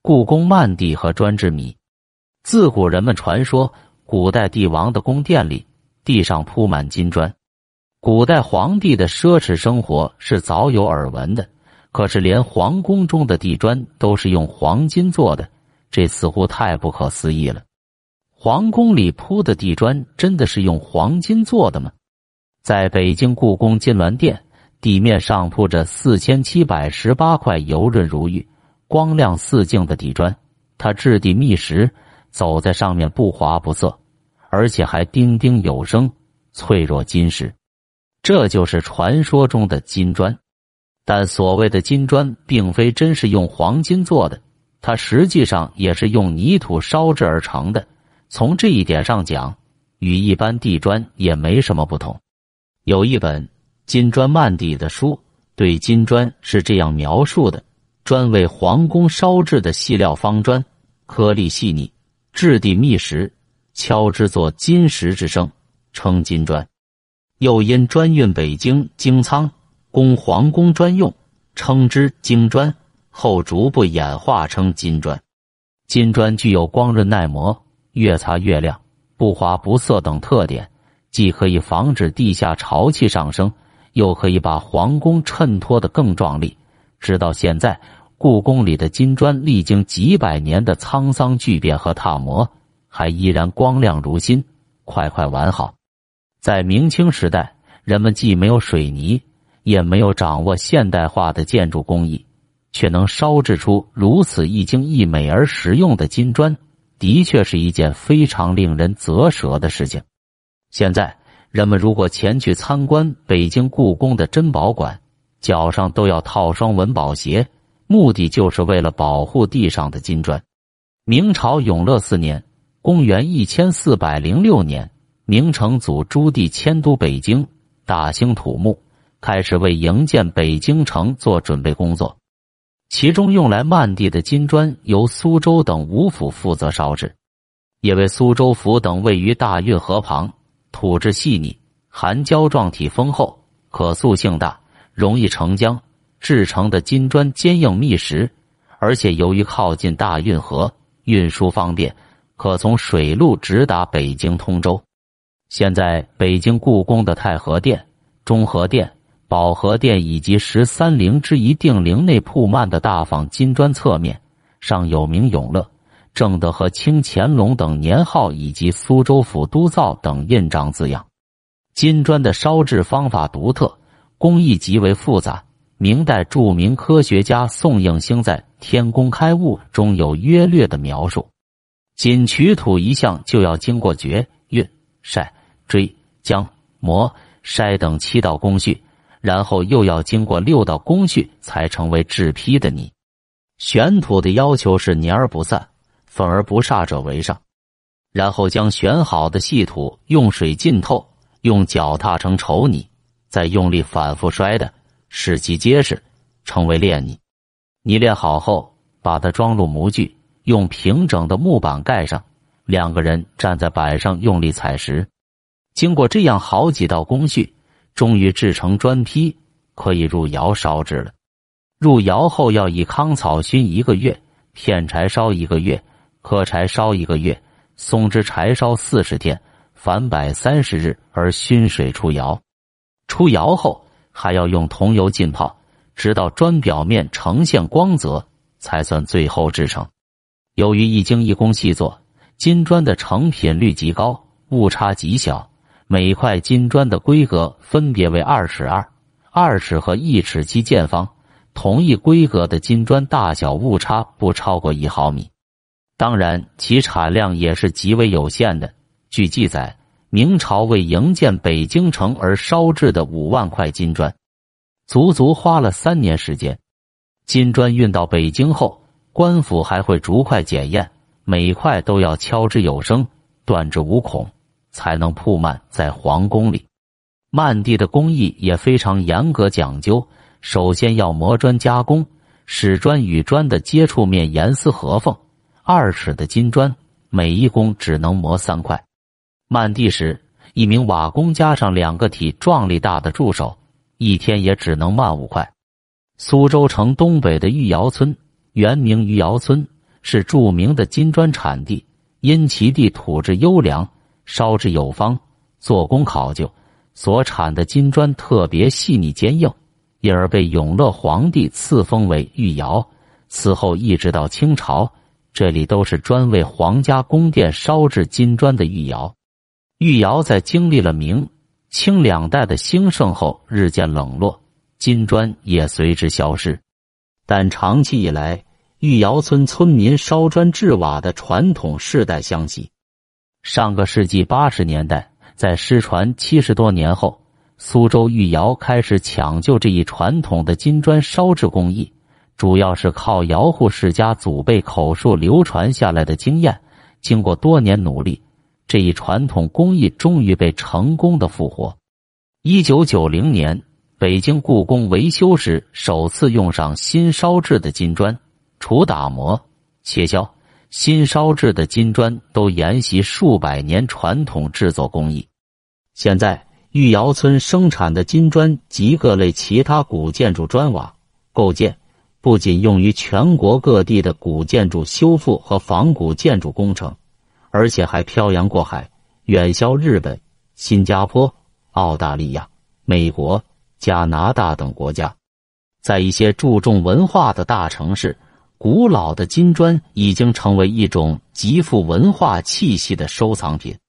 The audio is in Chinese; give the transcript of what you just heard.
故宫漫地和砖之谜。自古人们传说，古代帝王的宫殿里地上铺满金砖。古代皇帝的奢侈生活是早有耳闻的，可是连皇宫中的地砖都是用黄金做的，这似乎太不可思议了。皇宫里铺的地砖真的是用黄金做的吗？在北京故宫金銮殿，地面上铺着4718块油润如玉、光亮似镜的地砖，它质地密实，走在上面不滑不涩，而且还叮叮有声，脆若金石。这就是传说中的金砖。但所谓的金砖并非真是用黄金做的，它实际上也是用泥土烧制而成的。从这一点上讲，与一般地砖也没什么不同。有一本《金砖漫地》的书对金砖是这样描述的：专为皇宫烧制的细料方砖，颗粒细腻，质地密实，敲之作金石之声，称金砖。又因专运北京京仓，供皇宫专用，称之京砖，后逐步演化成金砖。金砖具有光润耐磨、越擦越亮、不滑不涩等特点，既可以防止地下潮气上升，又可以把皇宫衬托得更壮丽。直到现在，故宫里的金砖历经几百年的沧桑巨变和踏磨，还依然光亮如新，块块完好。在明清时代，人们既没有水泥，也没有掌握现代化的建筑工艺，却能烧制出如此一精一美而实用的金砖，的确是一件非常令人啧舌的事情。现在人们如果前去参观北京故宫的珍宝馆，脚上都要套双文保鞋，目的就是为了保护地上的金砖。明朝永乐4年，公元1406年，明成祖朱棣迁都北京，大兴土木，开始为营建北京城做准备工作。其中用来漫地的金砖由苏州等5府负责烧制，因为苏州府等位于大运河旁，土质细腻，含胶状体丰厚，可塑性大，容易成浆，制成的金砖坚硬密实，而且由于靠近大运河，运输方便，可从水路直达北京通州。现在北京故宫的太和殿、中和殿、保和殿以及13陵之一定陵内铺漫的大仿金砖侧面上有明永乐、正德和清乾隆等年号以及苏州府督造等印章字样。金砖的烧制方法独特，工艺极为复杂。明代著名科学家宋应星在《天工开物》中有约略的描述：仅取土一项就要经过掘、运、晒、锥、浆、磨、筛等7道工序，然后又要经过6道工序才成为制坯的泥。选土的要求是黏而不散、粉而不煞者为上，然后将选好的细土用水浸透，用脚踏成稠泥，再用力反复摔打，使其结实，成为炼泥。泥炼好后，把它装入模具，用平整的木板盖上，2个人站在板上用力踩实。经过这样好几道工序，终于制成砖坯，可以入窑烧制了。入窑后要以糠草熏1个月，片柴烧1个月，磕柴烧1个月，松枝柴烧40天，反摆30日而熏水出窑。出窑后还要用桐油浸泡，直到砖表面呈现光泽，才算最后制成。由于一精一工细作，金砖的成品率极高，误差极小。每块金砖的规格分别为2尺2、2尺和1尺7见方，同一规格的金砖大小误差不超过1毫米。当然，其产量也是极为有限的。据记载，明朝为营建北京城而烧制的5万块金砖，足足花了3年时间。金砖运到北京后，官府还会逐块检验，每块都要敲之有声，断之无孔，才能铺漫在皇宫里。漫地的工艺也非常严格讲究，首先要磨砖加工，使砖与砖的接触面严丝合缝。2尺的金砖，每一工只能磨3块。漫地时，一名瓦工加上2个体壮力大的助手，一天也只能漫5块。苏州城东北的御窑村，原名余姚村， 是著名的金砖产地，因其地土质优良，烧制有方，做工考究，所产的金砖特别细腻坚硬，因而被永乐皇帝赐封为玉窑。此后一直到清朝，这里都是专为皇家宫殿烧制金砖的玉窑。玉窑在经历了明、清两代的兴盛后日渐冷落，金砖也随之消失。但长期以来，玉窑村村民烧砖制瓦的传统世代相袭。上个世纪80年代，在失传70多年后，苏州玉窑开始抢救这一传统的金砖烧制工艺，主要是靠窑户世家祖辈口述流传下来的经验。经过多年努力，这一传统工艺终于被成功的复活。1990年，北京故宫维修时首次用上新烧制的金砖，除打磨、切削，新烧制的金砖都沿袭数百年传统制作工艺。现在，玉窑村生产的金砖及各类其他古建筑砖瓦构件，不仅用于全国各地的古建筑修复和仿古建筑工程，而且还漂洋过海，远销日本、新加坡、澳大利亚、美国、加拿大等国家。在一些注重文化的大城市，古老的金砖已经成为一种极富文化气息的收藏品。